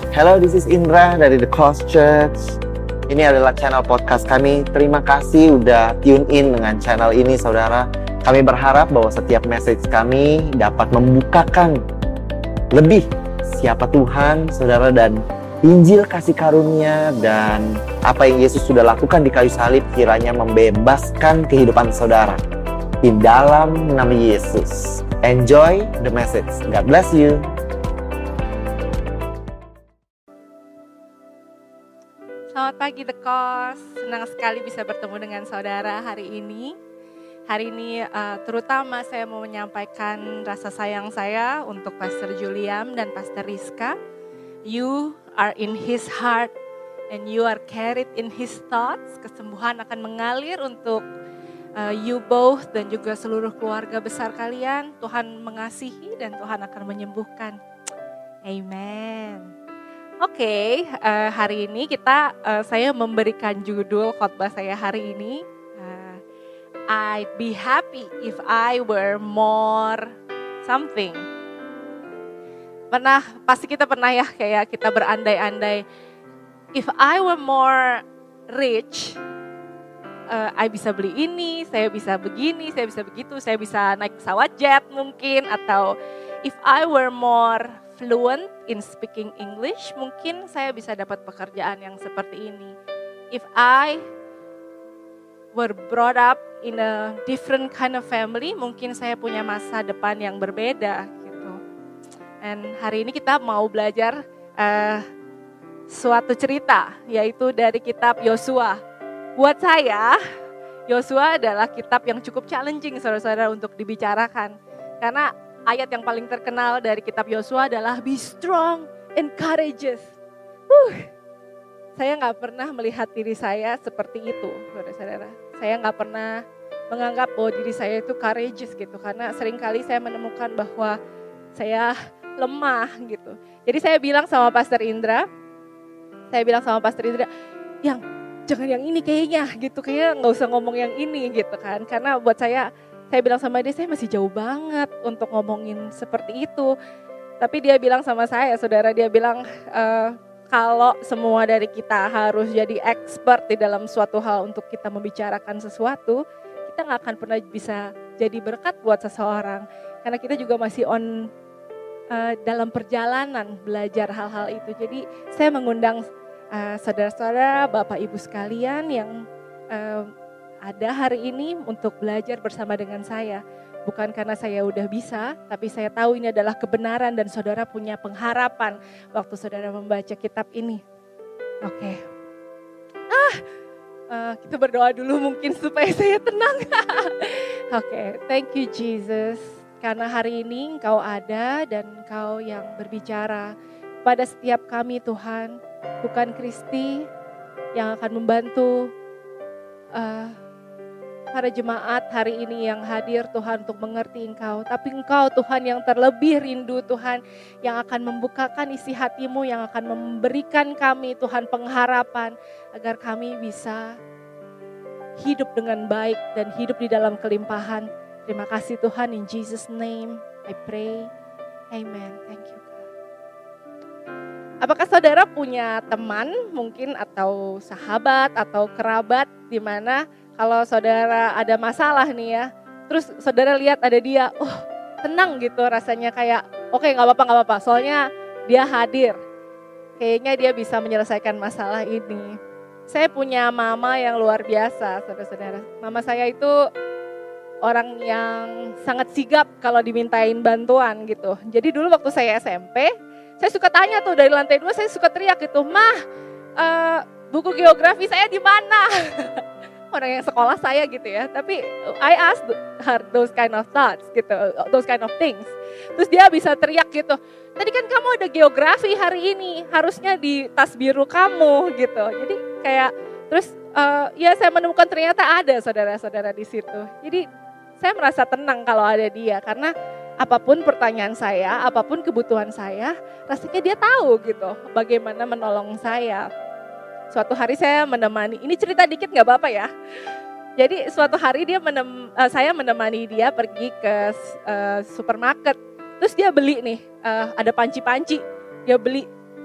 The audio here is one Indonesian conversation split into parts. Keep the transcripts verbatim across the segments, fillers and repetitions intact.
Hello, this is Indra dari The Cross Church. Ini adalah channel podcast kami. Terima kasih udah tune in dengan channel ini, saudara. Kami berharap bahwa setiap message kami dapat membukakan lebih siapa Tuhan, saudara, dan Injil kasih karunia dan apa yang Yesus sudah lakukan di kayu salib kiranya membebaskan kehidupan saudara. Di dalam nama Yesus. Enjoy the message. God bless you. Selamat pagi The Kos, senang sekali bisa bertemu dengan saudara hari ini. Hari ini uh, terutama saya mau menyampaikan rasa sayang saya untuk Pastor Juliam dan Pastor Rizka. You are in his heart and you are carried in his thoughts. Kesembuhan akan mengalir untuk uh, you both dan juga seluruh keluarga besar kalian. Tuhan mengasihi dan Tuhan akan menyembuhkan. Amen. Oke, okay, uh, hari ini kita uh, saya memberikan judul khotbah saya hari ini. Uh, I'd be happy if I were more something. Pernah, pasti kita pernah ya kayak kita berandai-andai. If I were more rich, uh, I bisa beli ini, saya bisa begini, saya bisa begitu, saya bisa naik pesawat jet mungkin. Atau if I were more fluent in speaking English, mungkin saya bisa dapat pekerjaan yang seperti ini. If I were brought up in a different kind of family, mungkin saya punya masa depan yang berbeda gitu. Dan hari ini kita mau belajar uh, suatu cerita, yaitu dari kitab Yosua. Buat saya, Yosua adalah kitab yang cukup challenging saudara-saudara untuk dibicarakan. Karena ayat yang paling terkenal dari kitab Yosua adalah be strong and courageous. Uh, saya nggak pernah melihat diri saya seperti itu, saudara-saudara. Saya nggak pernah menganggap bahwa diri saya itu courageous gitu, karena seringkali saya menemukan bahwa saya lemah gitu. Jadi saya bilang sama Pastor Indra, saya bilang sama Pastor Indra, yang jangan yang ini kayaknya gitu, kayaknya nggak usah ngomong yang ini gitu kan, karena buat saya. Saya bilang sama dia, saya masih jauh banget untuk ngomongin seperti itu. Tapi dia bilang sama saya, saudara, dia bilang e, kalau semua dari kita harus jadi expert di dalam suatu hal untuk kita membicarakan sesuatu, kita gak akan pernah bisa jadi berkat buat seseorang. Karena kita juga masih on uh, dalam perjalanan belajar hal-hal itu. Jadi saya mengundang uh, saudara-saudara, Bapak Ibu sekalian yang uh, ada hari ini untuk belajar bersama dengan saya. Bukan karena saya udah bisa, tapi saya tahu ini adalah kebenaran dan saudara punya pengharapan waktu saudara membaca kitab ini. Oke. Okay. Ah, uh, kita berdoa dulu mungkin supaya saya tenang. Oke, okay. Thank you Jesus. Karena hari ini Engkau ada dan Engkau yang berbicara pada setiap kami Tuhan. Bukan Kristi yang akan membantu uh, para jemaat hari ini yang hadir Tuhan untuk mengerti Engkau. Tapi Engkau Tuhan yang terlebih rindu Tuhan, yang akan membukakan isi hatimu, yang akan memberikan kami Tuhan pengharapan agar kami bisa hidup dengan baik dan hidup di dalam kelimpahan. Terima kasih Tuhan, in Jesus name I pray, amen. Thank you. Apakah saudara punya teman mungkin atau sahabat atau kerabat di mana kalau saudara ada masalah nih ya, terus saudara lihat ada dia, oh tenang gitu rasanya kayak, oke okay, gak apa-apa, gak apa-apa, soalnya dia hadir. Kayaknya dia bisa menyelesaikan masalah ini. Saya punya mama yang luar biasa, saudara-saudara. Mama saya itu orang yang sangat sigap kalau dimintain bantuan gitu. Jadi dulu waktu saya S M P, saya suka tanya tuh dari lantai dua, saya suka teriak gitu, Mah, uh, buku geografi saya di mana? Orang yang sekolah saya gitu ya, tapi I ask her those kind of thoughts gitu, those kind of things. Terus dia bisa teriak gitu, tadi kan kamu ada geografi hari ini, harusnya di tas biru kamu gitu. Jadi kayak, terus uh, ya saya menemukan ternyata ada saudara-saudara di situ. Jadi saya merasa tenang kalau ada dia, karena apapun pertanyaan saya, apapun kebutuhan saya, rasanya dia tahu gitu bagaimana menolong saya. Suatu hari saya menemani, ini cerita dikit gak apa-apa ya. Jadi suatu hari dia menem, uh, saya menemani dia pergi ke uh, supermarket. Terus dia beli nih, uh, ada panci-panci, dia beli.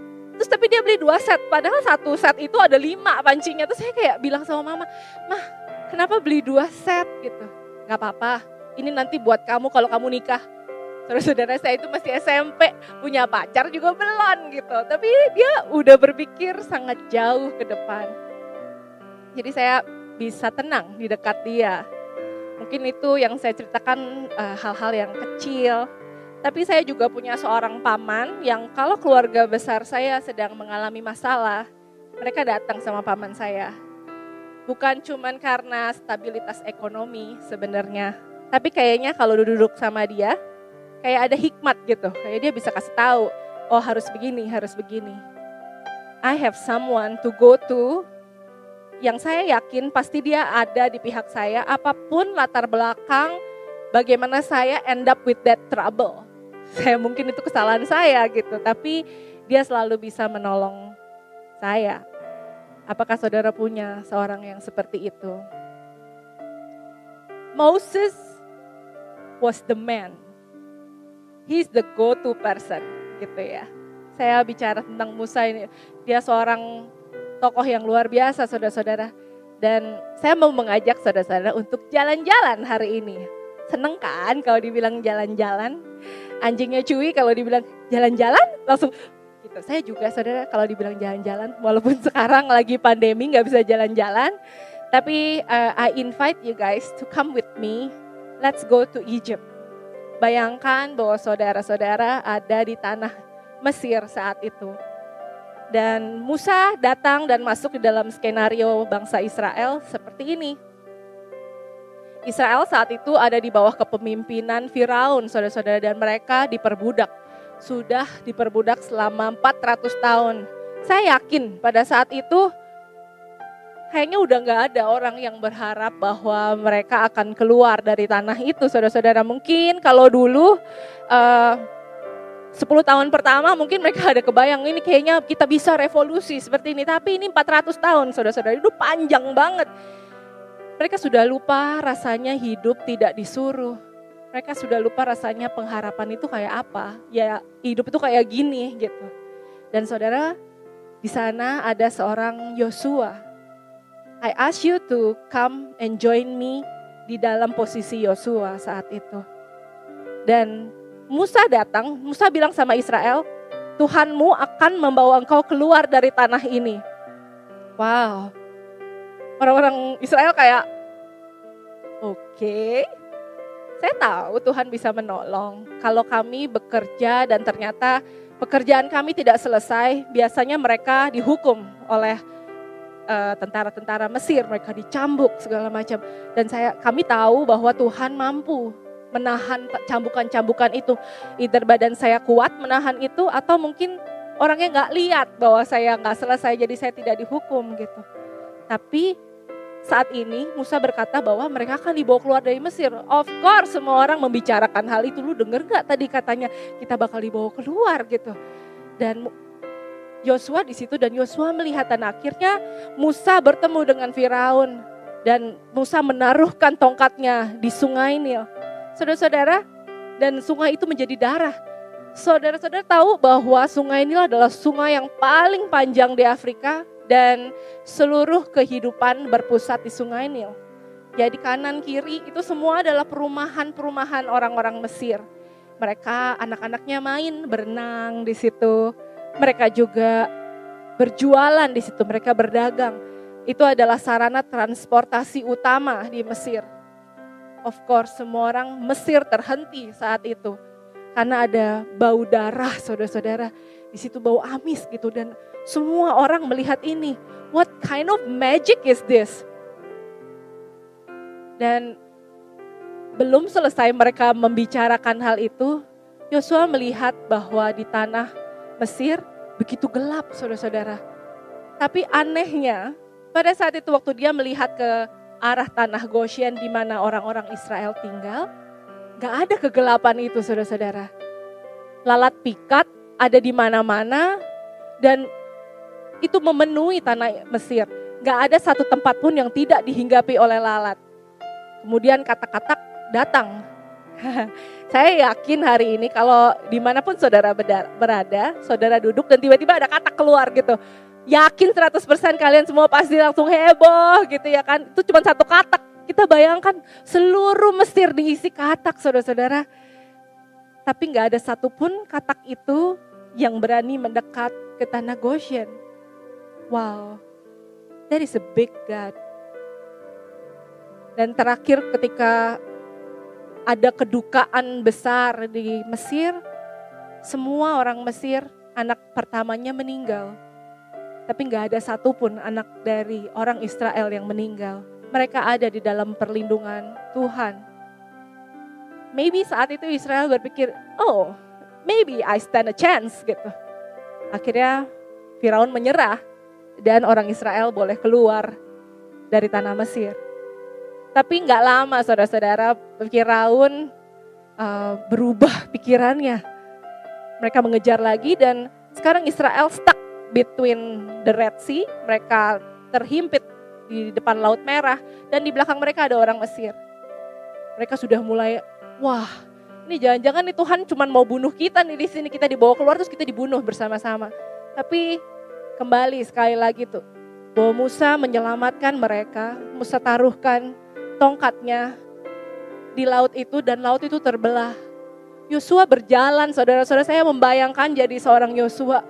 Terus tapi dia beli dua set, padahal satu set itu ada lima pancingnya. Terus saya kayak bilang sama mama, Mah kenapa beli dua set gitu? Gak apa-apa, ini nanti buat kamu kalau kamu nikah. Saudara-saudara saya itu masih S M P, punya pacar juga belum gitu. Tapi dia udah berpikir sangat jauh ke depan. Jadi saya bisa tenang di dekat dia. Mungkin itu yang saya ceritakan uh, hal-hal yang kecil. Tapi saya juga punya seorang paman yang kalau keluarga besar saya sedang mengalami masalah, mereka datang sama paman saya. Bukan cuman karena stabilitas ekonomi sebenarnya, tapi kayaknya kalau duduk sama dia, kayak ada hikmat gitu. Kayak dia bisa kasih tahu, oh harus begini, harus begini. I have someone to go to, yang saya yakin pasti dia ada di pihak saya, apapun latar belakang, bagaimana saya end up with that trouble. Saya mungkin itu kesalahan saya gitu, tapi dia selalu bisa menolong saya. Apakah saudara punya seorang yang seperti itu? Moses was the man. He's the go-to person gitu ya. Saya bicara tentang Musa ini, dia seorang tokoh yang luar biasa saudara-saudara. Dan saya mau mengajak saudara-saudara untuk jalan-jalan hari ini. Seneng kan kalau dibilang jalan-jalan? Anjingnya cuy kalau dibilang jalan-jalan langsung gitu. Saya juga saudara kalau dibilang jalan-jalan, walaupun sekarang lagi pandemi nggak bisa jalan-jalan, tapi uh, I invite you guys to come with me. Let's go to Egypt. Bayangkan bahwa saudara-saudara ada di tanah Mesir saat itu. Dan Musa datang dan masuk di dalam skenario bangsa Israel seperti ini. Israel saat itu ada di bawah kepemimpinan Firaun, saudara-saudara, dan mereka diperbudak. Sudah diperbudak selama empat ratus tahun. Saya yakin pada saat itu kayaknya udah gak ada orang yang berharap bahwa mereka akan keluar dari tanah itu, saudara-saudara. Mungkin kalau dulu uh, sepuluh tahun pertama mungkin mereka ada kebayang ini kayaknya kita bisa revolusi seperti ini. Tapi ini empat ratus tahun, saudara-saudara, itu panjang banget. Mereka sudah lupa rasanya hidup tidak disuruh. Mereka sudah lupa rasanya pengharapan itu kayak apa. Ya hidup itu kayak gini gitu. Dan saudara, di sana ada seorang Yosua. I ask you to come and join me di dalam posisi Yosua saat itu. Dan Musa datang, Musa bilang sama Israel, Tuhanmu akan membawa engkau keluar dari tanah ini. Wow. Orang-orang Israel kayak, oke, okay, saya tahu Tuhan bisa menolong. Kalau kami bekerja dan ternyata pekerjaan kami tidak selesai, biasanya mereka dihukum oleh uh, tentara-tentara Mesir, mereka dicambuk segala macam. Dan saya, kami tahu bahwa Tuhan mampu menahan cambukan-cambukan itu. Either badan saya kuat menahan itu, atau mungkin orangnya nggak lihat bahwa saya nggak selesai, jadi saya tidak dihukum gitu. Tapi saat ini Musa berkata bahwa mereka akan dibawa keluar dari Mesir. Of course semua orang membicarakan hal itu. Lu denger gak tadi katanya kita bakal dibawa keluar gitu. Dan Yosua di situ dan Yosua melihat dan akhirnya Musa bertemu dengan Firaun. Dan Musa menaruhkan tongkatnya di sungai Nil. Saudara-saudara, dan sungai itu menjadi darah. Saudara-saudara tahu bahwa sungai Nil adalah sungai yang paling panjang di Afrika. Dan seluruh kehidupan berpusat di sungai Nil. Jadi kanan kiri itu semua adalah perumahan-perumahan orang-orang Mesir. Mereka anak-anaknya main berenang di situ. Mereka juga berjualan di situ, mereka berdagang. Itu adalah sarana transportasi utama di Mesir. Of course semua orang Mesir terhenti saat itu. Karena ada bau darah saudara-saudara. Di situ bau amis gitu dan semua orang melihat ini. What kind of magic is this? Dan belum selesai mereka membicarakan hal itu, Yosua melihat bahwa di tanah Mesir begitu gelap saudara-saudara. Tapi anehnya pada saat itu waktu dia melihat ke arah tanah Goshen di mana orang-orang Israel tinggal, gak ada kegelapan itu saudara-saudara. Lalat pikat ada di mana-mana dan itu memenuhi tanah Mesir. Gak ada satu tempat pun yang tidak dihinggapi oleh lalat. Kemudian kata-kata datang. Saya yakin hari ini kalau dimanapun saudara berada, saudara duduk dan tiba-tiba ada kata keluar gitu. Yakin seratus persen kalian semua pasti langsung heboh gitu ya kan. Itu cuma satu katak. Kita bayangkan seluruh Mesir diisi katak saudara-saudara. Tapi gak ada satupun katak itu yang berani mendekat ke tanah Goshen. Wow, that is a big God. Dan terakhir ketika ada kedukaan besar di Mesir, semua orang Mesir anak pertamanya meninggal. Tapi gak ada satupun anak dari orang Israel yang meninggal. Mereka ada di dalam perlindungan Tuhan. Maybe saat itu Israel berpikir, oh maybe I stand a chance gitu. Akhirnya Firaun menyerah dan orang Israel boleh keluar dari tanah Mesir. Tapi gak lama saudara-saudara, Firaun uh, berubah pikirannya. Mereka mengejar lagi dan sekarang Israel stuck between the Red Sea, mereka terhimpit di depan Laut Merah dan di belakang mereka ada orang Mesir. Mereka sudah mulai, wah, ini jangan-jangan nih Tuhan cuma mau bunuh kita nih di sini, kita dibawa keluar terus kita dibunuh bersama-sama. Tapi kembali sekali lagi tuh, bahwa Musa menyelamatkan mereka, Musa taruhkan tongkatnya di laut itu dan laut itu terbelah. Yosua berjalan, saudara-saudara, saya membayangkan jadi seorang Yosua.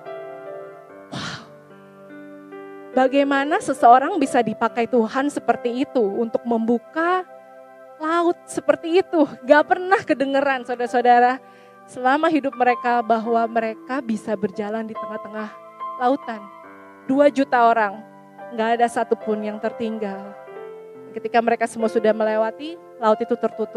Bagaimana seseorang bisa dipakai Tuhan seperti itu untuk membuka laut seperti itu. Gak pernah kedengeran saudara-saudara selama hidup mereka bahwa mereka bisa berjalan di tengah-tengah lautan. Dua juta orang, gak ada satupun yang tertinggal. Ketika mereka semua sudah melewati, laut itu tertutup.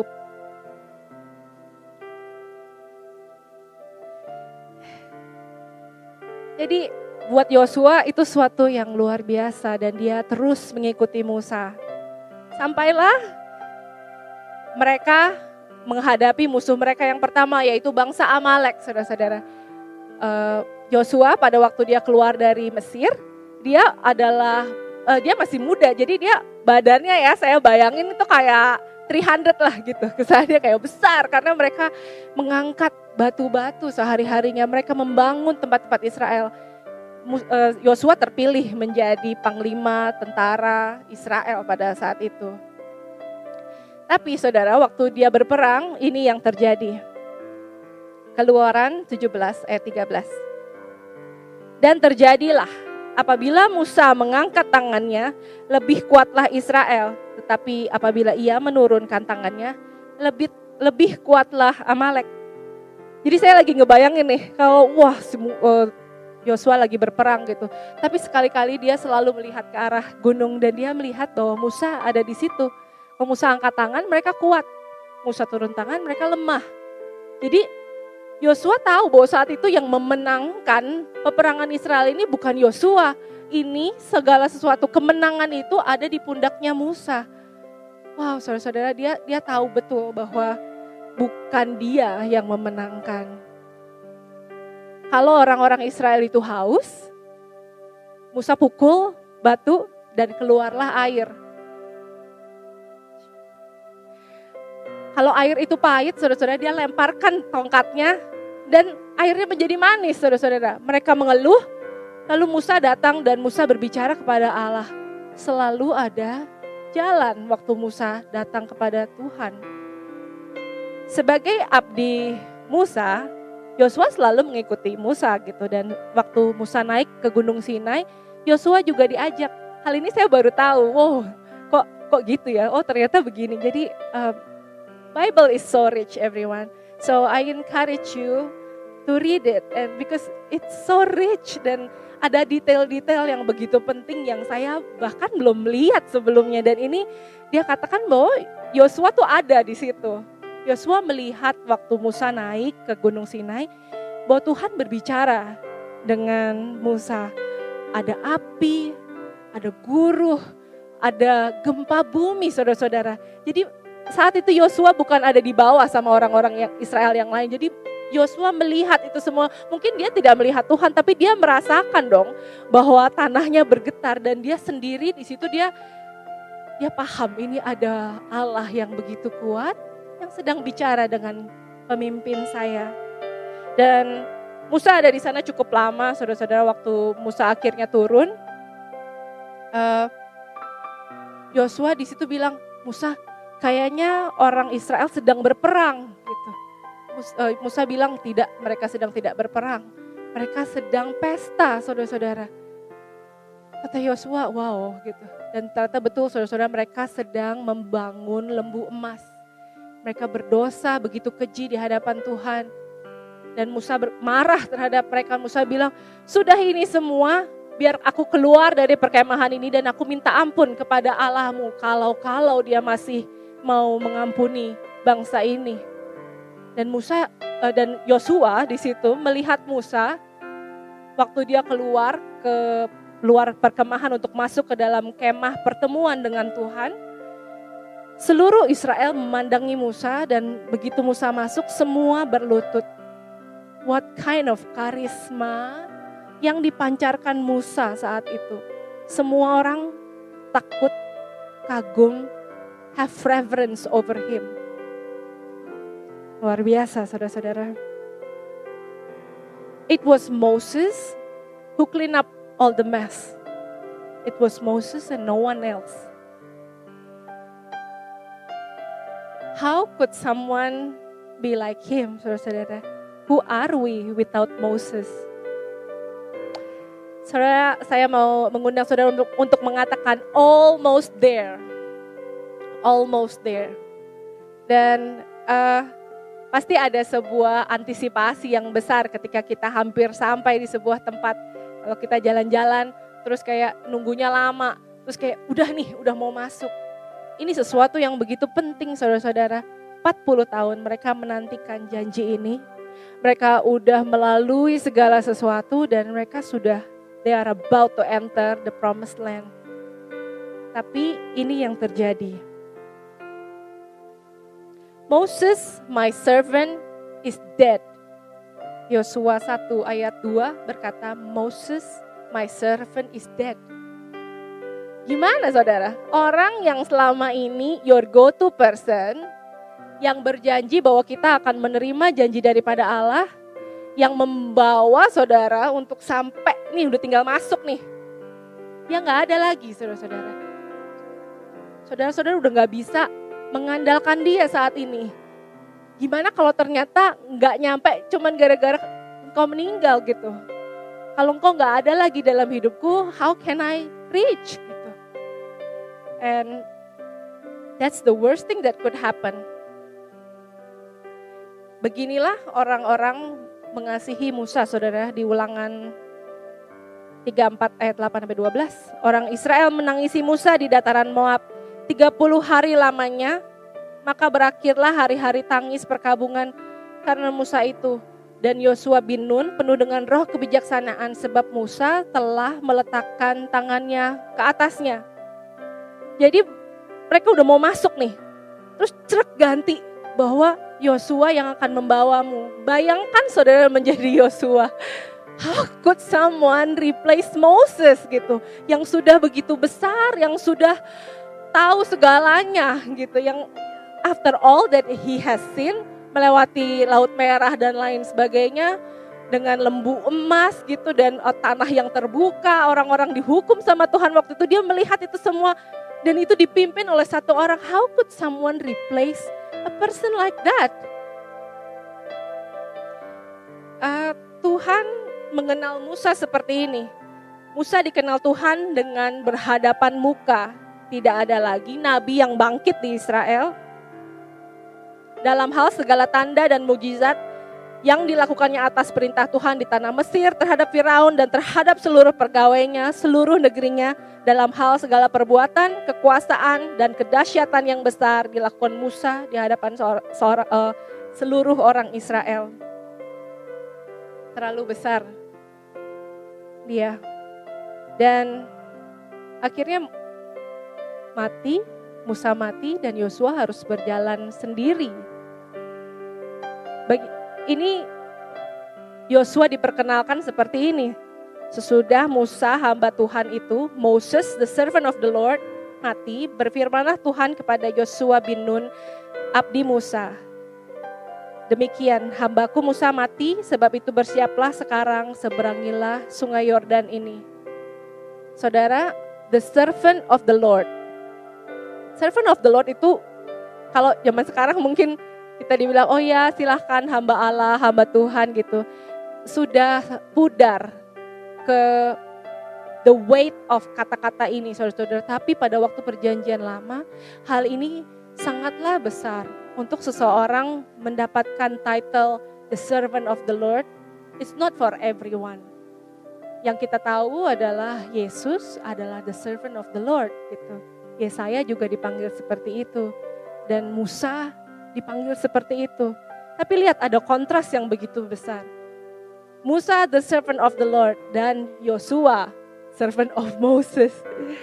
Jadi buat Yosua itu suatu yang luar biasa dan dia terus mengikuti Musa. Sampailah mereka menghadapi musuh mereka yang pertama yaitu bangsa Amalek, saudara-saudara. Yosua uh, pada waktu dia keluar dari Mesir, dia adalah uh, dia masih muda, jadi dia badannya ya saya bayangin itu kayak tiga ratus lah gitu. Kesannya kayak besar karena mereka mengangkat batu-batu sehari-harinya, mereka membangun tempat-tempat Israel. Yosua terpilih menjadi panglima tentara Israel pada saat itu. Tapi saudara, waktu dia berperang, ini yang terjadi. Keluaran tujuh belas ayat tiga belas. Dan terjadilah apabila Musa mengangkat tangannya, lebih kuatlah Israel. Tetapi apabila ia menurunkan tangannya, lebih lebih kuatlah Amalek. Jadi saya lagi ngebayangin nih, kalau wah uh, Yosua lagi berperang gitu. Tapi sekali-kali dia selalu melihat ke arah gunung dan dia melihat bahwa Musa ada di situ. Kalau Musa angkat tangan mereka kuat. Musa turun tangan mereka lemah. Jadi Yosua tahu bahwa saat itu yang memenangkan peperangan Israel ini bukan Yosua. Ini segala sesuatu kemenangan itu ada di pundaknya Musa. Wow, saudara-saudara, dia dia tahu betul bahwa bukan dia yang memenangkan. Kalau orang-orang Israel itu haus, Musa pukul batu dan keluarlah air. Kalau air itu pahit, saudara-saudara, dia lemparkan tongkatnya dan airnya menjadi manis, saudara-saudara. Mereka mengeluh, lalu Musa datang dan Musa berbicara kepada Allah. Selalu ada jalan waktu Musa datang kepada Tuhan. Sebagai abdi Musa, Yosua selalu mengikuti Musa gitu, dan waktu Musa naik ke Gunung Sinai, Yosua juga diajak. Hal ini saya baru tahu. Wow, kok kok gitu ya? Oh ternyata begini. Jadi uh, Bible is so rich, everyone. So I encourage you to read it, and because it's so rich dan ada detail-detail yang begitu penting yang saya bahkan belum lihat sebelumnya. Dan ini dia katakan bahwa Yosua tuh ada di situ. Yosua melihat waktu Musa naik ke Gunung Sinai bahwa Tuhan berbicara dengan Musa. Ada api, ada guruh, ada gempa bumi, saudara-saudara. Jadi saat itu Yosua bukan ada di bawah sama orang-orang yang Israel yang lain. Jadi Yosua melihat itu semua. Mungkin dia tidak melihat Tuhan, tapi dia merasakan dong bahwa tanahnya bergetar dan dia sendiri di situ dia dia paham ini ada Allah yang begitu kuat, yang yang sedang bicara dengan pemimpin saya. Dan Musa ada di sana cukup lama, saudara-saudara. Waktu Musa akhirnya turun, Yosua uh, di situ bilang, Musa, kayaknya orang Israel sedang berperang gitu. Musa, uh, Musa bilang tidak, mereka sedang tidak berperang. Mereka sedang pesta, saudara-saudara. Kata Yosua, wow gitu. Dan ternyata betul, saudara-saudara, mereka sedang membangun lembu emas. Mereka berdosa begitu keji di hadapan Tuhan. Dan Musa marah terhadap mereka. Musa bilang, sudah ini semua, biar aku keluar dari perkemahan ini dan aku minta ampun kepada Allahmu. Kalau-kalau dia masih mau mengampuni bangsa ini. Dan Musa dan Yosua di situ melihat Musa waktu dia keluar ke luar perkemahan untuk masuk ke dalam kemah pertemuan dengan Tuhan. Seluruh Israel memandangi Musa dan begitu Musa masuk semua berlutut. What kind of karisma yang dipancarkan Musa saat itu. Semua orang takut, kagum, have reverence over him. Luar biasa, saudara-saudara. It was Moses who cleaned up all the mess. It was Moses and no one else. How could someone be like him, saudara-saudara? Who are we without Moses? Saudara, saya mau mengundang saudara untuk, untuk mengatakan almost there. Almost there. Dan uh, pasti ada sebuah antisipasi yang besar ketika kita hampir sampai di sebuah tempat. Kalau kita jalan-jalan, terus kayak nunggunya lama, terus kayak udah nih, udah mau masuk. Ini sesuatu yang begitu penting, saudara-saudara. empat puluh tahun mereka menantikan janji ini. Mereka udah melalui segala sesuatu dan mereka sudah, they are about to enter the promised land. Tapi ini yang terjadi. Moses, my servant, is dead. Yosua satu ayat dua berkata, Moses, my servant, is dead. Gimana saudara? Orang yang selama ini your go-to person, yang berjanji bahwa kita akan menerima janji daripada Allah, yang membawa saudara untuk sampai nih udah tinggal masuk nih. Ya gak ada lagi saudara-saudara. Saudara-saudara udah gak bisa mengandalkan dia saat ini. Gimana kalau ternyata gak nyampe cuman gara-gara engkau meninggal gitu. Kalau engkau gak ada lagi dalam hidupku, how can I reach gitu. And that's the worst thing that could happen. Beginilah orang-orang mengasihi Musa, saudara, di Ulangan tiga puluh empat ayat delapan sampai dua belas. Orang Israel menangisi Musa di dataran Moab tiga puluh hari lamanya, maka berakhirlah hari-hari tangis perkabungan karena Musa itu. Dan Yosua bin Nun penuh dengan roh kebijaksanaan sebab Musa telah meletakkan tangannya ke atasnya. Jadi mereka udah mau masuk nih, terus cerek ganti bahwa Yosua yang akan membawamu. Bayangkan saudara menjadi Yosua. How could someone replace Moses gitu, yang sudah begitu besar, yang sudah tahu segalanya gitu, yang after all that he has seen, melewati Laut Merah dan lain sebagainya, dengan lembu emas gitu dan tanah yang terbuka, orang-orang dihukum sama Tuhan waktu itu, dia melihat itu semua dan itu dipimpin oleh satu orang. How could someone replace a person like that? Uh, Tuhan mengenal Musa seperti ini. Musa dikenal Tuhan dengan berhadapan muka. Tidak ada lagi nabi yang bangkit di Israel. Dalam hal segala tanda dan mukjizat yang dilakukannya atas perintah Tuhan di tanah Mesir terhadap Firaun dan terhadap seluruh pegawainya, seluruh negerinya, dalam hal segala perbuatan, kekuasaan dan kedahsyatan yang besar dilakukan Musa di hadapan seor- seor- uh, seluruh orang Israel. Terlalu besar dia. Dan akhirnya mati, Musa mati dan Yosua harus berjalan sendiri. Bagi, ini Yosua diperkenalkan seperti ini. Sesudah Musa hamba Tuhan itu, Moses the servant of the Lord, mati, berfirmanlah Tuhan kepada Yosua bin Nun, abdi Musa. Demikian, hambaku Musa mati, sebab itu bersiaplah sekarang, seberangilah sungai Yordan ini. Saudara, the servant of the Lord. Servant of the Lord itu, kalau zaman sekarang mungkin kita dibilang, oh ya silahkan hamba Allah, hamba Tuhan gitu. Sudah pudar ke the weight of kata-kata ini, saudara-saudara. Tapi pada waktu perjanjian lama, hal ini sangatlah besar. Untuk seseorang mendapatkan title the servant of the Lord, it's not for everyone. Yang kita tahu adalah Yesus adalah the servant of the Lord gitu. Yesaya juga dipanggil seperti itu dan Musa dipanggil seperti itu. Tapi lihat ada kontras yang begitu besar. Musa the servant of the Lord dan Yosua servant of Moses.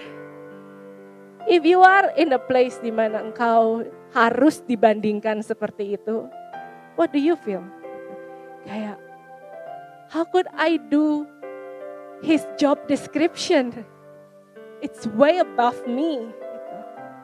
If you are in a place di mana engkau harus dibandingkan seperti itu, what do you feel? Kayak, how could I do his job description? It's way above me. Gitu.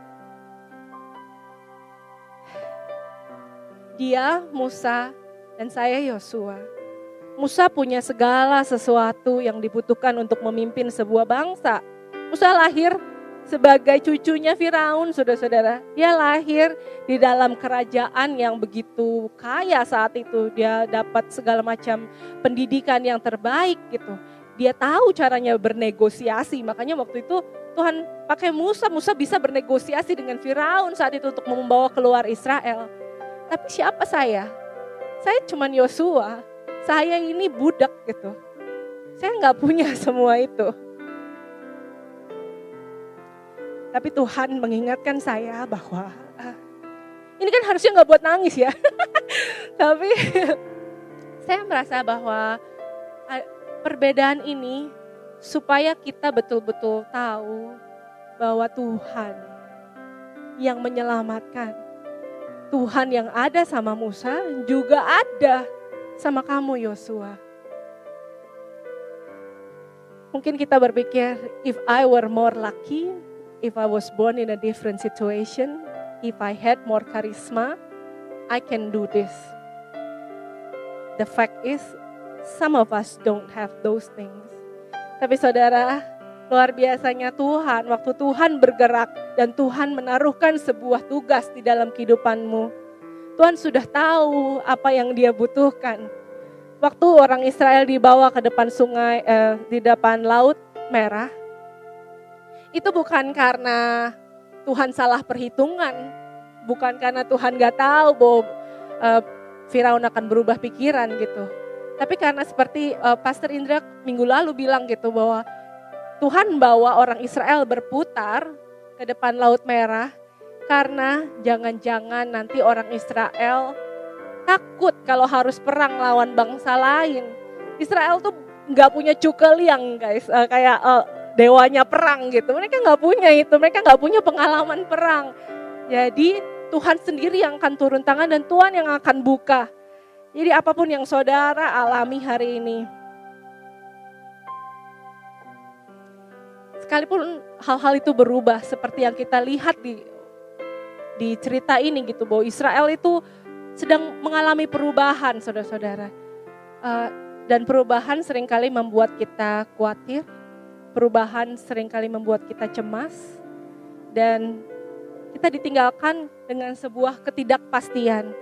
Dia, Musa, dan saya Yosua. Musa punya segala sesuatu yang dibutuhkan untuk memimpin sebuah bangsa. Musa lahir sebagai cucunya Firaun, saudara-saudara. Dia lahir di dalam kerajaan yang begitu kaya saat itu. Dia dapat segala macam pendidikan yang terbaik gitu. Dia tahu caranya bernegosiasi. Makanya waktu itu Tuhan pakai Musa. Musa bisa bernegosiasi dengan Firaun saat itu untuk membawa keluar Israel. Tapi siapa saya? Saya cuman Yosua. Saya ini budak gitu. Saya nggak punya semua itu. Tapi Tuhan mengingatkan saya bahwa uh, ini kan harusnya gak buat nangis ya. Tapi saya merasa bahwa uh, perbedaan ini supaya kita betul-betul tahu bahwa Tuhan yang menyelamatkan. Tuhan yang ada sama Musa juga ada sama kamu Yosua. Mungkin kita berpikir, if I were more lucky, if I was born in a different situation, if I had more charisma, I can do this. The fact is, some of us don't have those things. Tapi saudara, luar biasanya Tuhan, waktu Tuhan bergerak dan Tuhan menaruhkan sebuah tugas di dalam kehidupanmu. Tuhan sudah tahu apa yang dia butuhkan. Waktu orang Israel dibawa ke depan sungai, eh, di depan Laut Merah, itu bukan karena Tuhan salah perhitungan, bukan karena Tuhan gak tahu bahwa uh, Firaun akan berubah pikiran gitu. Tapi karena seperti uh, Pastor Indra minggu lalu bilang gitu bahwa Tuhan bawa orang Israel berputar ke depan Laut Merah karena jangan-jangan nanti orang Israel takut kalau harus perang lawan bangsa lain. Israel tuh gak punya cukeliang guys, uh, kayak... Uh, dewanya perang gitu, mereka nggak punya itu, mereka nggak punya pengalaman perang. Jadi Tuhan sendiri yang akan turun tangan dan Tuhan yang akan buka. Jadi apapun yang saudara alami hari ini, sekalipun hal-hal itu berubah seperti yang kita lihat di di cerita ini gitu, bahwa Israel itu sedang mengalami perubahan, saudara-saudara. Uh, dan perubahan seringkali membuat kita khawatir. Perubahan seringkali membuat kita cemas dan kita ditinggalkan dengan sebuah ketidakpastian.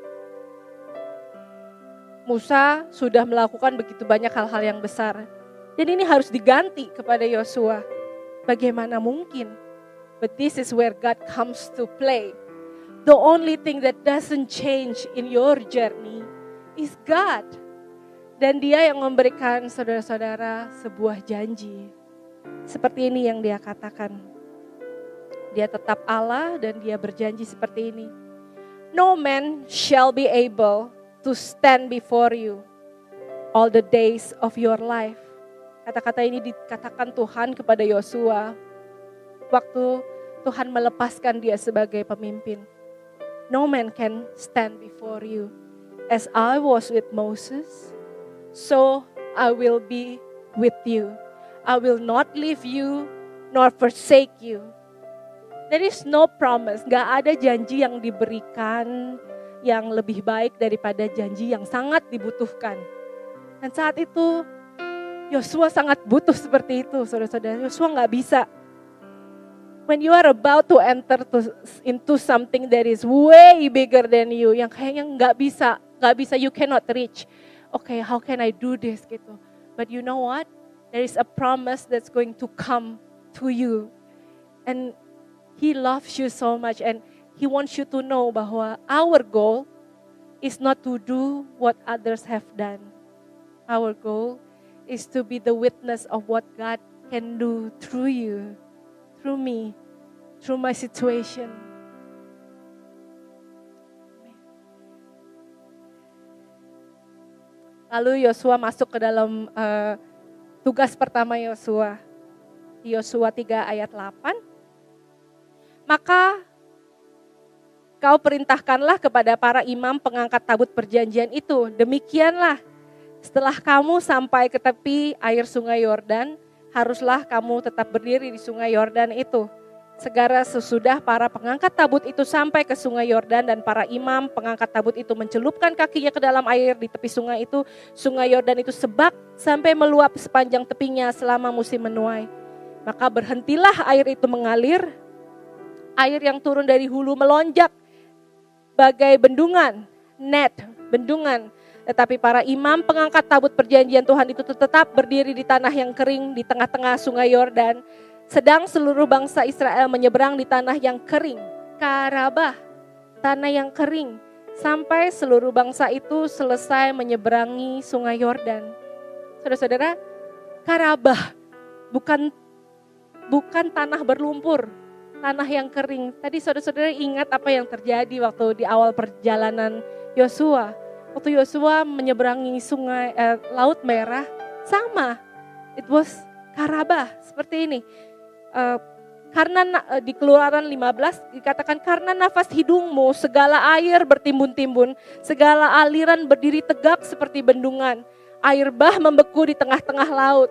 Musa sudah melakukan begitu banyak hal-hal yang besar. Dan ini harus diganti kepada Yosua. Bagaimana mungkin? But this is where God comes to play. The only thing that doesn't change in your journey is God. Dan dia yang memberikan saudara-saudara sebuah janji. Seperti ini yang dia katakan. Dia tetap Allah dan dia berjanji seperti ini. No man shall be able to stand before you all the days of your life. Kata-kata ini dikatakan Tuhan kepada Yosua waktu Tuhan melepaskan dia sebagai pemimpin. No man can stand before you. As I was with Moses, so I will be with you. I will not leave you nor forsake you. There is no promise, gak ada janji yang diberikan yang lebih baik daripada janji yang sangat dibutuhkan. Dan saat itu Yosua sangat butuh seperti itu, saudara-saudara. Yosua gak bisa. When you are about to enter to, into something that is way bigger than you, yang kayaknya gak bisa, gak bisa, you cannot reach. Okay, how can I do this gitu. But you know what? There is a promise that's going to come to you. And He loves you so much and He wants you to know bahwa our goal is not to do what others have done. Our goal is to be the witness of what God can do through you, through me, through my situation. Lalu Yosua masuk ke dalam uh, tugas pertama Yosua. Yosua tiga ayat delapan. Maka kau perintahkanlah kepada para imam pengangkat tabut perjanjian itu. Demikianlah, setelah kamu sampai ke tepi air sungai Yordan, haruslah kamu tetap berdiri di sungai Yordan itu. Segera sesudah para pengangkat tabut itu sampai ke sungai Yordan dan para imam pengangkat tabut itu mencelupkan kakinya ke dalam air di tepi sungai itu, sungai Yordan itu sebak sampai meluap sepanjang tepinya selama musim menuai. Maka berhentilah air itu mengalir. Air yang turun dari hulu melonjak bagai bendungan, net, bendungan. Tetapi para imam pengangkat tabut perjanjian Tuhan itu tetap berdiri di tanah yang kering di tengah-tengah sungai Yordan. Sedang seluruh bangsa Israel menyeberang di tanah yang kering, Karabah, tanah yang kering. Sampai seluruh bangsa itu selesai menyeberangi sungai Yordan. Saudara-saudara, Karabah, bukan, bukan tanah berlumpur. Tanah yang kering. Tadi saudara-saudara ingat apa yang terjadi waktu di awal perjalanan Yosua. Waktu Yosua menyeberangi sungai eh, Laut Merah, sama. It was Karabah, seperti ini. Uh, karena uh, di Keluaran lima belas dikatakan karena nafas hidungmu segala air bertimbun-timbun, segala aliran berdiri tegak seperti bendungan. Air bah membeku di tengah-tengah laut.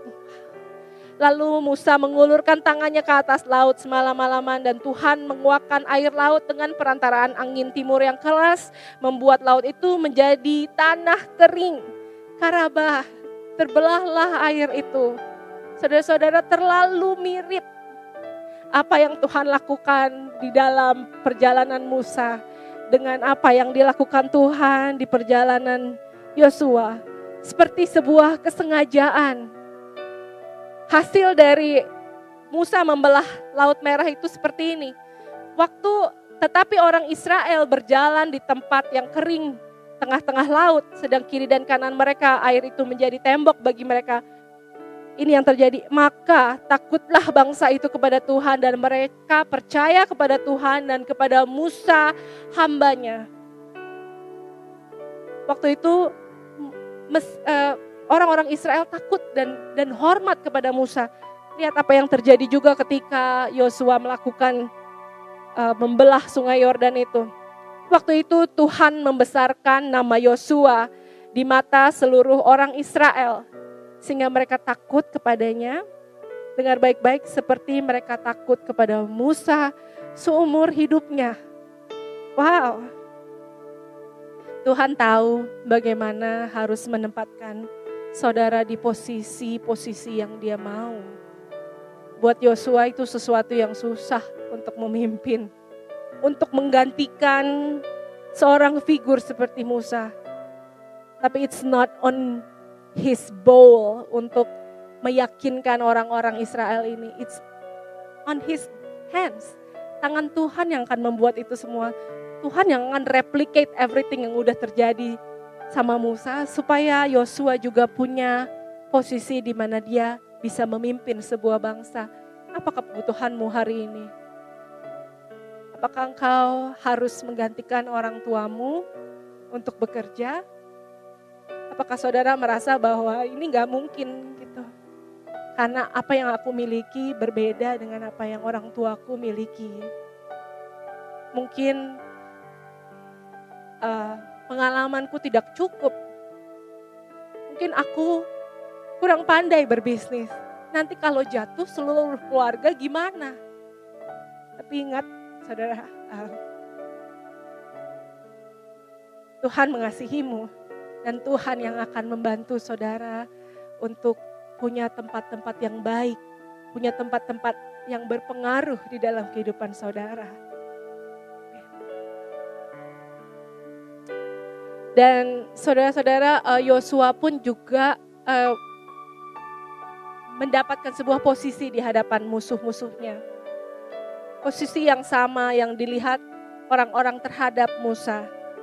Lalu Musa mengulurkan tangannya ke atas laut semalam-malaman dan Tuhan menguakkan air laut dengan perantaraan angin timur yang keras, membuat laut itu menjadi tanah kering. Karabah, terbelahlah air itu. Saudara-saudara, terlalu mirip apa yang Tuhan lakukan di dalam perjalanan Musa dengan apa yang dilakukan Tuhan di perjalanan Yosua. Seperti sebuah kesengajaan. Hasil dari Musa membelah Laut Merah itu seperti ini. Waktu tetapi orang Israel berjalan di tempat yang kering tengah-tengah laut, sedang kiri dan kanan mereka air itu menjadi tembok bagi mereka. Ini yang terjadi, maka takutlah bangsa itu kepada Tuhan dan mereka percaya kepada Tuhan dan kepada Musa hambanya. Waktu itu mes, uh, orang-orang Israel takut dan dan hormat kepada Musa. Lihat apa yang terjadi juga ketika Yosua melakukan uh, membelah sungai Yordan itu. Waktu itu Tuhan membesarkan nama Yosua di mata seluruh orang Israel. Sehingga mereka takut kepadanya. Dengar baik-baik, seperti mereka takut kepada Musa seumur hidupnya. Wow. Tuhan tahu bagaimana harus menempatkan saudara di posisi-posisi yang dia mau. Buat Yosua itu sesuatu yang susah untuk memimpin. Untuk menggantikan seorang figur seperti Musa. Tapi it's not on his bowl untuk meyakinkan orang-orang Israel ini. It's on his hands. Tangan Tuhan yang akan membuat itu semua. Tuhan yang akan replicate everything yang udah terjadi sama Musa, supaya Yosua juga punya posisi di mana dia bisa memimpin sebuah bangsa. Apa kebutuhanmu hari ini? Apakah engkau harus menggantikan orang tuamu untuk bekerja? Apakah saudara merasa bahwa ini gak mungkin gitu? Karena apa yang aku miliki berbeda dengan apa yang orang tuaku miliki. Mungkin uh, pengalamanku tidak cukup. Mungkin aku kurang pandai berbisnis. Nanti kalau jatuh seluruh keluarga gimana? Tapi ingat saudara, uh, Tuhan mengasihimu dan Tuhan yang akan membantu saudara untuk punya tempat-tempat yang baik, punya tempat-tempat yang berpengaruh di dalam kehidupan saudara. Dan saudara-saudara, Yosua pun juga uh, mendapatkan sebuah posisi di hadapan musuh-musuhnya. Posisi yang sama yang dilihat orang-orang terhadap Musa.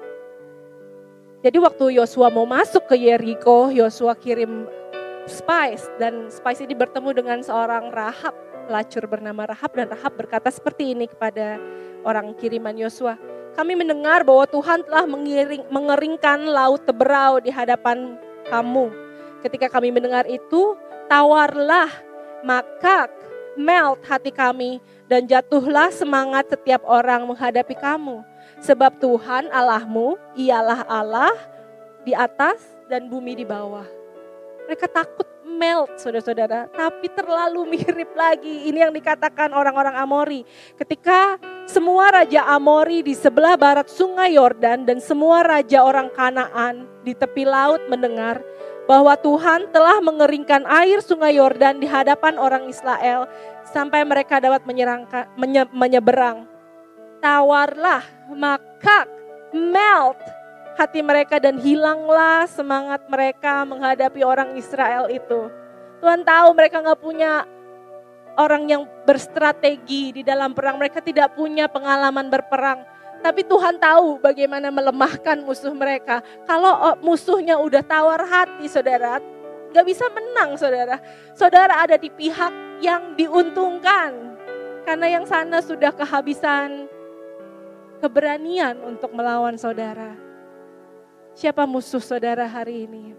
Jadi waktu Yosua mau masuk ke Yeriko, Yosua kirim spies dan spies ini bertemu dengan seorang Rahab, pelacur bernama Rahab, dan Rahab berkata seperti ini kepada orang kiriman Yosua, kami mendengar bahwa Tuhan telah mengiring, mengeringkan laut Teberau di hadapan kamu. Ketika kami mendengar itu, tawarlah, maka melt hati kami dan jatuhlah semangat setiap orang menghadapi kamu. Sebab Tuhan Allahmu ialah Allah di atas dan bumi di bawah. Mereka takut melt saudara-saudara, tapi terlalu mirip lagi. Ini yang dikatakan orang-orang Amori. Ketika semua raja Amori di sebelah barat sungai Yordan dan semua raja orang Kanaan di tepi laut mendengar bahwa Tuhan telah mengeringkan air sungai Yordan di hadapan orang Israel sampai mereka dapat menyerangka, menye, menyeberang. Tawarlah, maka melt hati mereka dan hilanglah semangat mereka menghadapi orang Israel itu. Tuhan tahu mereka gak punya orang yang berstrategi di dalam perang. Mereka tidak punya pengalaman berperang. Tapi Tuhan tahu bagaimana melemahkan musuh mereka. Kalau musuhnya udah tawar hati saudara, gak bisa menang saudara. Saudara ada di pihak yang diuntungkan. Karena yang sana sudah kehabisan keberanian untuk melawan saudara. Siapa musuh saudara hari ini?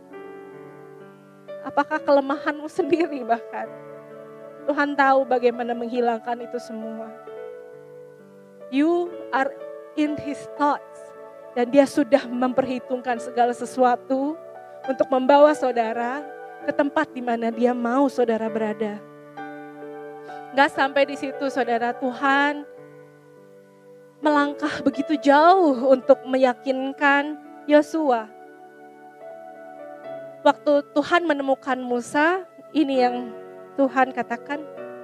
Apakah kelemahanmu sendiri bahkan? Tuhan tahu bagaimana menghilangkan itu semua. You are in His thoughts. Dan Dia sudah memperhitungkan segala sesuatu untuk membawa saudara ke tempat di mana Dia mau saudara berada. Gak sampai di situ saudara, Tuhan melangkah begitu jauh untuk meyakinkan Yosua. Waktu Tuhan menemukan Musa, ini yang Tuhan katakan.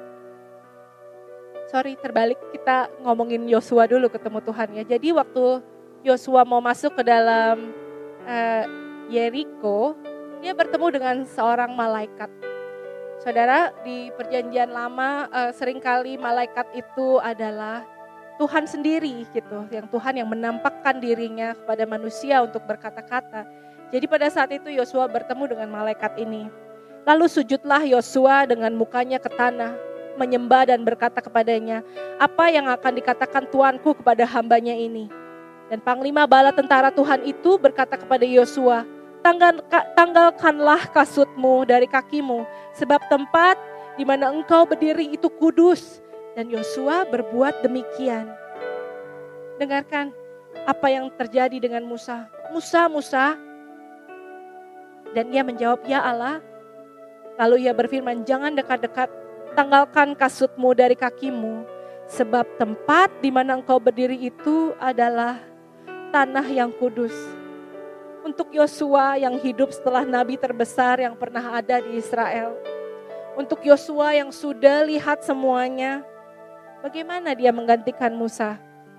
Sorry, terbalik, kita ngomongin Yosua dulu ketemu Tuhan ya. Jadi waktu Yosua mau masuk ke dalam uh, Yeriko, dia bertemu dengan seorang malaikat. Saudara, di perjanjian lama uh, seringkali malaikat itu adalah Tuhan sendiri gitu, yang Tuhan yang menampakkan dirinya kepada manusia untuk berkata-kata. Jadi pada saat itu Yosua bertemu dengan malaikat ini. Lalu sujudlah Yosua dengan mukanya ke tanah, menyembah dan berkata kepadanya, apa yang akan dikatakan Tuanku kepada hambanya ini? Dan panglima bala tentara Tuhan itu berkata kepada Yosua, Tanggal, tanggalkanlah kasutmu dari kakimu, sebab tempat di mana engkau berdiri itu kudus. Dan Yosua berbuat demikian. Dengarkan apa yang terjadi dengan Musa. Musa, Musa. Dan ia menjawab, ya Allah. Lalu ia berfirman, jangan dekat-dekat, tanggalkan kasutmu dari kakimu. Sebab tempat di mana engkau berdiri itu adalah tanah yang kudus. Untuk Yosua yang hidup setelah nabi terbesar yang pernah ada di Israel. Untuk Yosua yang sudah lihat semuanya. Bagaimana dia menggantikan Musa?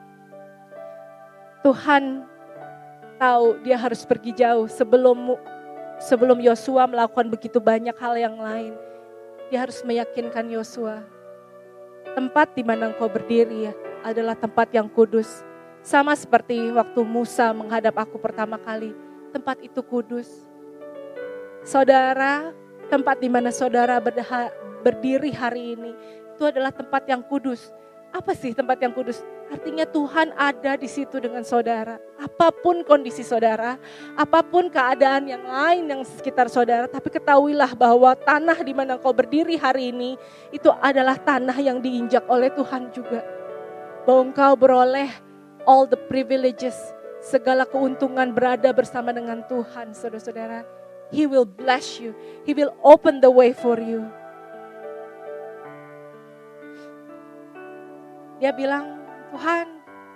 Tuhan tahu dia harus pergi jauh sebelum sebelum Yosua melakukan begitu banyak hal yang lain. Dia harus meyakinkan Yosua. Tempat di mana engkau berdiri adalah tempat yang kudus. Sama seperti waktu Musa menghadap aku pertama kali. Tempat itu kudus. Saudara, tempat di mana saudara berda- berdiri hari ini, itu adalah tempat yang kudus. Apa sih tempat yang kudus? Artinya Tuhan ada di situ dengan saudara. Apapun kondisi saudara, apapun keadaan yang lain yang sekitar saudara, tapi ketahuilah bahwa tanah di mana kau berdiri hari ini, itu adalah tanah yang diinjak oleh Tuhan juga. Bahwa engkau beroleh all the privileges, segala keuntungan berada bersama dengan Tuhan, saudara-saudara. He will bless you. He will open the way for you. Dia bilang, Tuhan,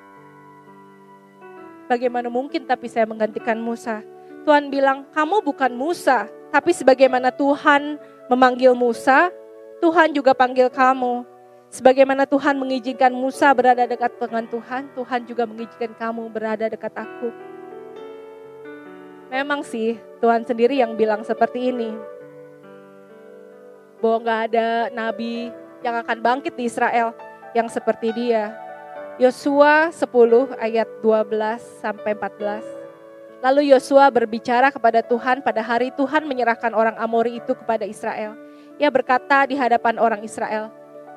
bagaimana mungkin tapi saya menggantikan Musa? Tuhan bilang, kamu bukan Musa, tapi sebagaimana Tuhan memanggil Musa, Tuhan juga panggil kamu. Sebagaimana Tuhan mengizinkan Musa berada dekat dengan Tuhan, Tuhan juga mengizinkan kamu berada dekat aku. Memang sih Tuhan sendiri yang bilang seperti ini. Bahwa gak ada nabi yang akan bangkit di Israel yang seperti dia. Yosua sepuluh ayat dua belas sampai empat belas. Lalu Yosua berbicara kepada Tuhan pada hari Tuhan menyerahkan orang Amori itu kepada Israel. Ia berkata di hadapan orang Israel,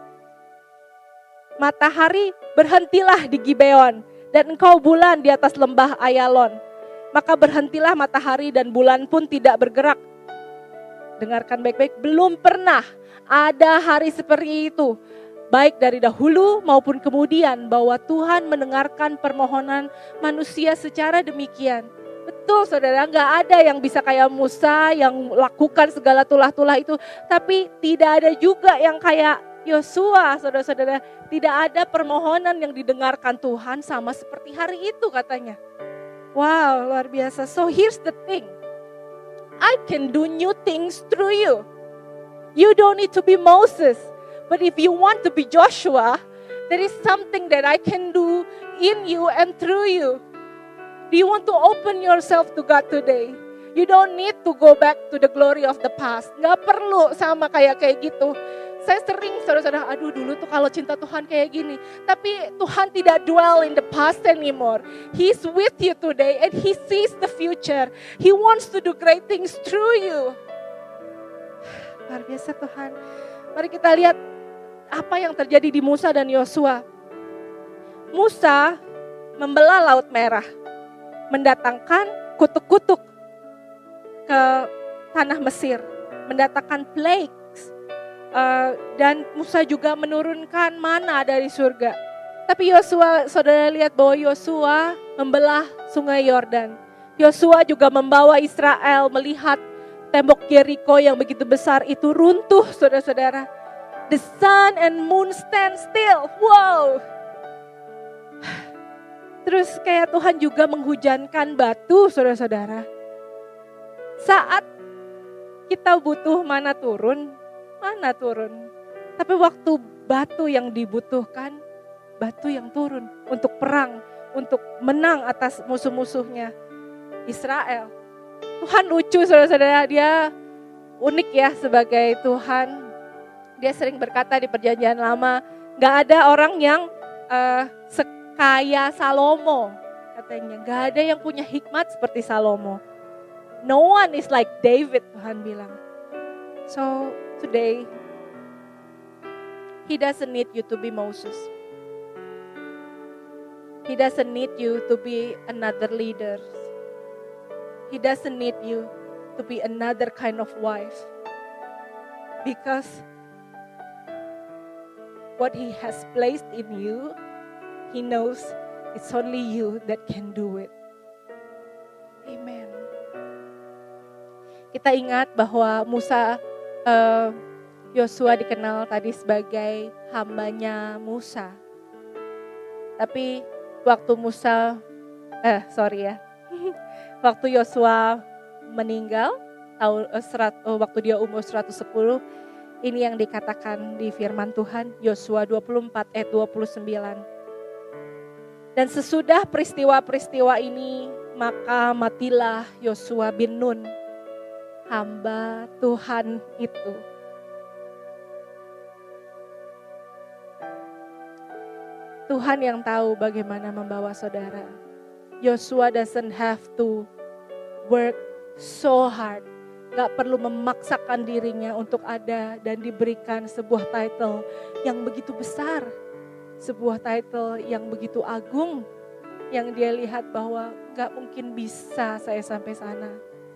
matahari berhentilah di Gibeon dan engkau bulan di atas lembah Ayalon. Maka berhentilah matahari dan bulan pun tidak bergerak. Dengarkan baik-baik, belum pernah ada hari seperti itu. Baik dari dahulu maupun kemudian bahwa Tuhan mendengarkan permohonan manusia secara demikian. Betul saudara, gak ada yang bisa kayak Musa yang lakukan segala tulah-tulah itu. Tapi tidak ada juga yang kayak Yosua, saudara-saudara, tidak ada permohonan yang didengarkan Tuhan sama seperti hari itu katanya. Wow, luar biasa. So here's the thing. I can do new things through you. You don't need to be Moses. But if you want to be Joshua, there is something that I can do in you and through you. Do you want to open yourself to God today? You don't need to go back to the glory of the past. Gak perlu sama kayak kayak gitu. Saya sering saudara-saudara, aduh dulu tuh kalau cinta Tuhan kayak gini. Tapi Tuhan tidak dwell in the past anymore. He's with you today and He sees the future. He wants to do great things through you. Luar biasa Tuhan. Mari kita lihat apa yang terjadi di Musa dan Yosua. Musa membelah Laut Merah. Mendatangkan kutuk-kutuk ke tanah Mesir. Mendatangkan plague. Uh, dan Musa juga menurunkan mana dari surga. Tapi Yosua, saudara lihat bahwa Yosua membelah sungai Yordan. Yosua juga membawa Israel melihat tembok Yeriko yang begitu besar itu runtuh, saudara-saudara. The sun and moon stand still. Wow. Terus kayak Tuhan juga menghujankan batu, saudara-saudara. Saat kita butuh mana turun, mana turun. Tapi waktu batu yang dibutuhkan, batu yang turun untuk perang, untuk menang atas musuh-musuhnya Israel. Tuhan lucu saudara-saudara, dia unik ya sebagai Tuhan. Dia sering berkata di perjanjian lama, gak ada orang yang uh, sekaya Salomo katanya. Gak ada yang punya hikmat seperti Salomo. No one is like David, Tuhan bilang. So today, He doesn't need you to be Moses. He doesn't need you to be another leader. He doesn't need you to be another kind of wife. Because what He has placed in you, He knows it's only you that can do it. Amen. Kita ingat bahwa Musa, uh, Yosua dikenal tadi sebagai hambanya Musa. Tapi waktu Musa, eh sorry ya, waktu Yosua meninggal, tahun, uh, serat, uh, waktu dia umur seratus sepuluh, ini yang dikatakan di firman Tuhan, Yosua dua puluh empat ayat dua puluh sembilan. Dan sesudah peristiwa-peristiwa ini, maka matilah Yosua bin Nun, hamba Tuhan itu. Tuhan yang tahu bagaimana membawa saudara. Yosua doesn't have to work so hard. Gak perlu memaksakan dirinya untuk ada dan diberikan sebuah title yang begitu besar. Sebuah title yang begitu agung. Yang dia lihat bahwa gak mungkin bisa saya sampai sana.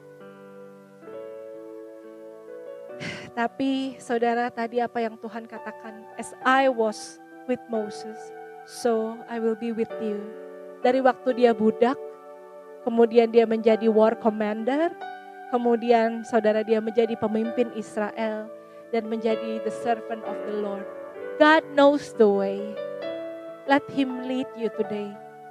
Tapi saudara, tadi apa yang Tuhan katakan, as I was with Moses, so I will be with you. Dari waktu dia budak, kemudian dia menjadi war commander, kemudian saudara dia menjadi pemimpin Israel dan menjadi the servant of the Lord. God knows the way. Let Him lead you today.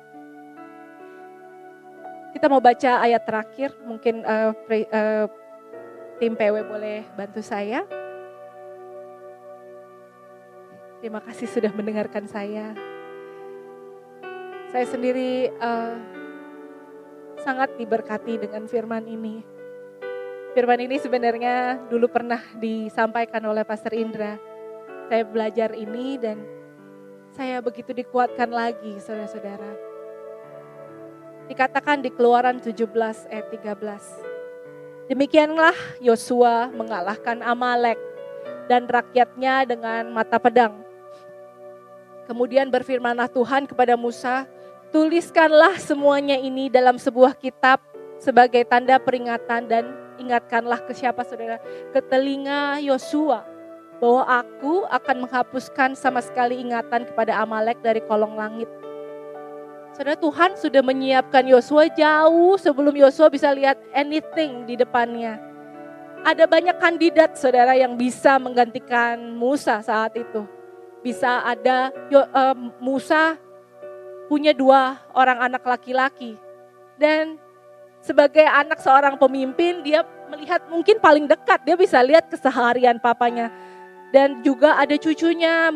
Kita mau baca ayat terakhir, mungkin uh, pre, uh, tim P W boleh bantu saya. Terima kasih sudah mendengarkan saya. Saya sendiri uh, sangat diberkati dengan firman ini. Firman ini sebenarnya dulu pernah disampaikan oleh Pastor Indra. Saya belajar ini dan saya begitu dikuatkan lagi, saudara-saudara. Dikatakan di Keluaran tujuh belas ayat tiga belas. Demikianlah Yosua mengalahkan Amalek dan rakyatnya dengan mata pedang. Kemudian berfirmanlah Tuhan kepada Musa, tuliskanlah semuanya ini dalam sebuah kitab sebagai tanda peringatan dan ingatkanlah ke siapa saudara? Ke telinga Yosua bahwa aku akan menghapuskan sama sekali ingatan kepada Amalek dari kolong langit. Saudara, Tuhan sudah menyiapkan Yosua jauh sebelum Yosua bisa lihat anything di depannya. Ada banyak kandidat saudara yang bisa menggantikan Musa saat itu. Bisa ada uh, Musa punya dua orang anak laki-laki. Dan sebagai anak seorang pemimpin dia melihat mungkin paling dekat. Dia bisa lihat keseharian papanya. Dan juga ada cucunya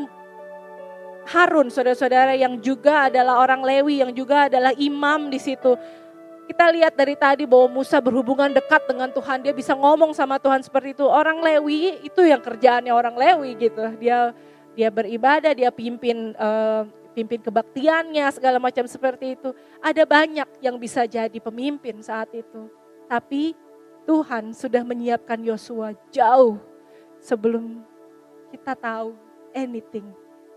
Harun, saudara-saudara, yang juga adalah orang Lewi, yang juga adalah imam di situ. Kita lihat dari tadi bahwa Musa berhubungan dekat dengan Tuhan, dia bisa ngomong sama Tuhan seperti itu. Orang Lewi itu yang kerjaannya orang Lewi gitu. Dia dia beribadah, dia pimpin uh, pimpin kebaktiannya segala macam seperti itu. Ada banyak yang bisa jadi pemimpin saat itu. Tapi Tuhan sudah menyiapkan Yosua jauh sebelum kita tahu anything.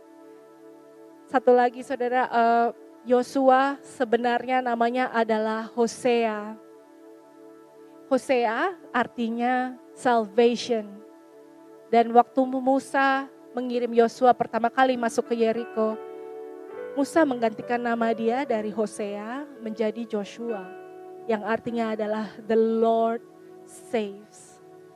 Satu lagi saudara, Yosua uh, sebenarnya namanya adalah Hosea. Hosea artinya salvation. Dan waktu Musa mengirim Yosua pertama kali masuk ke Yeriko, Musa menggantikan nama dia dari Hosea menjadi Joshua. Yang artinya adalah the Lord saves.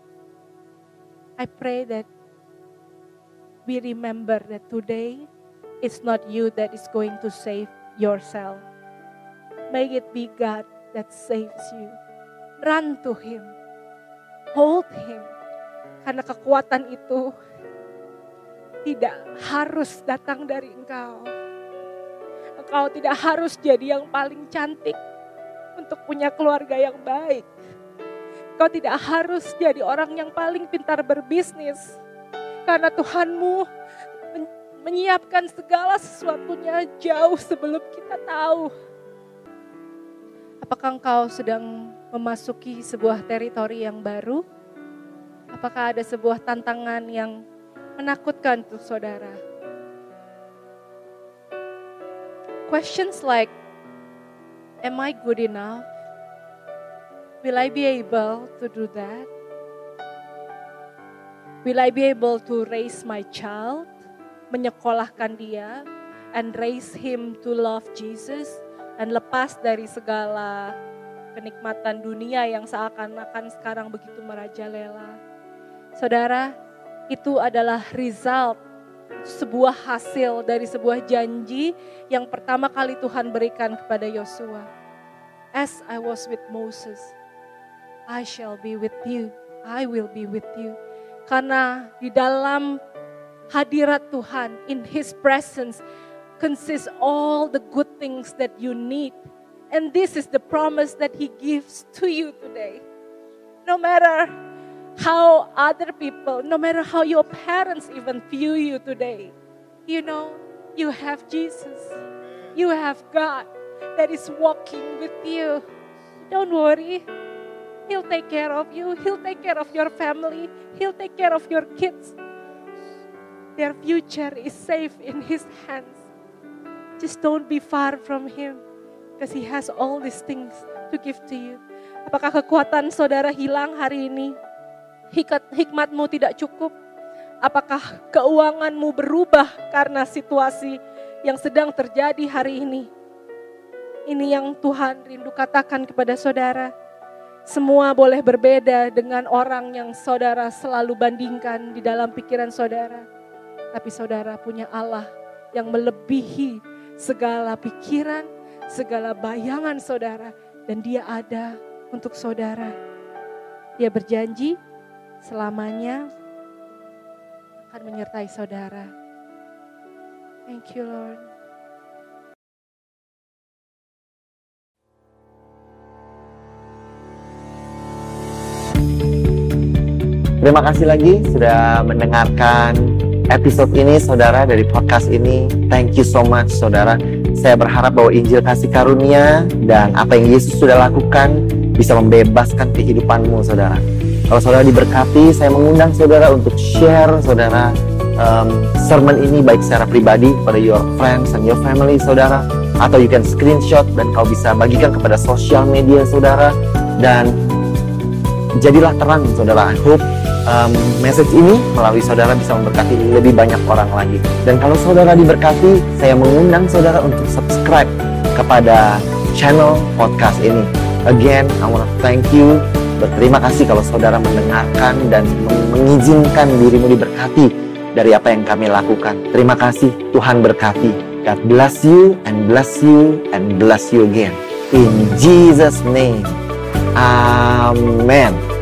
I pray that we remember that today it's not you that is going to save yourself. May it be God that saves you. Run to Him. Hold Him. Karena kekuatan itu tidak harus datang dari engkau. Engkau tidak harus jadi yang paling cantik untuk punya keluarga yang baik. Engkau tidak harus jadi orang yang paling pintar berbisnis. Karena Tuhanmu menyiapkan segala sesuatunya jauh sebelum kita tahu. Apakah engkau sedang memasuki sebuah teritori yang baru? Apakah ada sebuah tantangan yang menakutkan untuk saudara? Questions like, am I good enough? Will I be able to do that? Will I be able to raise my child? Menyekolahkan dia and raise him to love Jesus, dan lepas dari segala kenikmatan dunia yang seakan-akan sekarang begitu merajalela. Saudara, itu adalah result, sebuah hasil dari sebuah janji yang pertama kali Tuhan berikan kepada Yosua. As I was with Moses, I shall be with you. I will be with you. Karena di dalam hadirat Tuhan, in His presence, consists all the good things that you need. And this is the promise that He gives to you today. No matter how other people, no matter how your parents even view you today, you know, you have Jesus. You have God that is walking with you. Don't worry. He'll take care of you. He'll take care of your family. He'll take care of your kids. Their future is safe in His hands. Just don't be far from Him, because He has all these things to give to you. Apakah kekuatan saudara hilang hari ini? Hikmatmu tidak cukup? Apakah keuanganmu berubah karena situasi yang sedang terjadi hari ini? Ini yang Tuhan rindu katakan kepada saudara. Semua boleh berbeda dengan orang yang saudara selalu bandingkan di dalam pikiran saudara. Tapi saudara punya Allah yang melebihi segala pikiran, segala bayangan saudara. Dan dia ada untuk saudara. Dia berjanji selamanya akan menyertai saudara. Thank you Lord. Terima kasih lagi sudah mendengarkan episode ini saudara dari podcast ini. Thank you so much saudara. Saya berharap bahwa Injil kasih karunia dan apa yang Yesus sudah lakukan bisa membebaskan kehidupanmu saudara. Kalau saudara diberkati, saya mengundang saudara untuk share saudara um, sermon ini baik secara pribadi pada your friends and your family saudara, atau you can screenshot dan kau bisa bagikan kepada sosial media saudara. Dan jadilah terang saudara. I hope um, message ini melalui saudara bisa memberkati lebih banyak orang lagi. Dan kalau saudara diberkati, saya mengundang saudara untuk subscribe kepada channel podcast ini. Again, I want to thank you. Berterima kasih kalau saudara mendengarkan dan mengizinkan dirimu diberkati dari apa yang kami lakukan. Terima kasih, Tuhan berkati. God bless you and bless you and bless you again. In Jesus' name. Amen.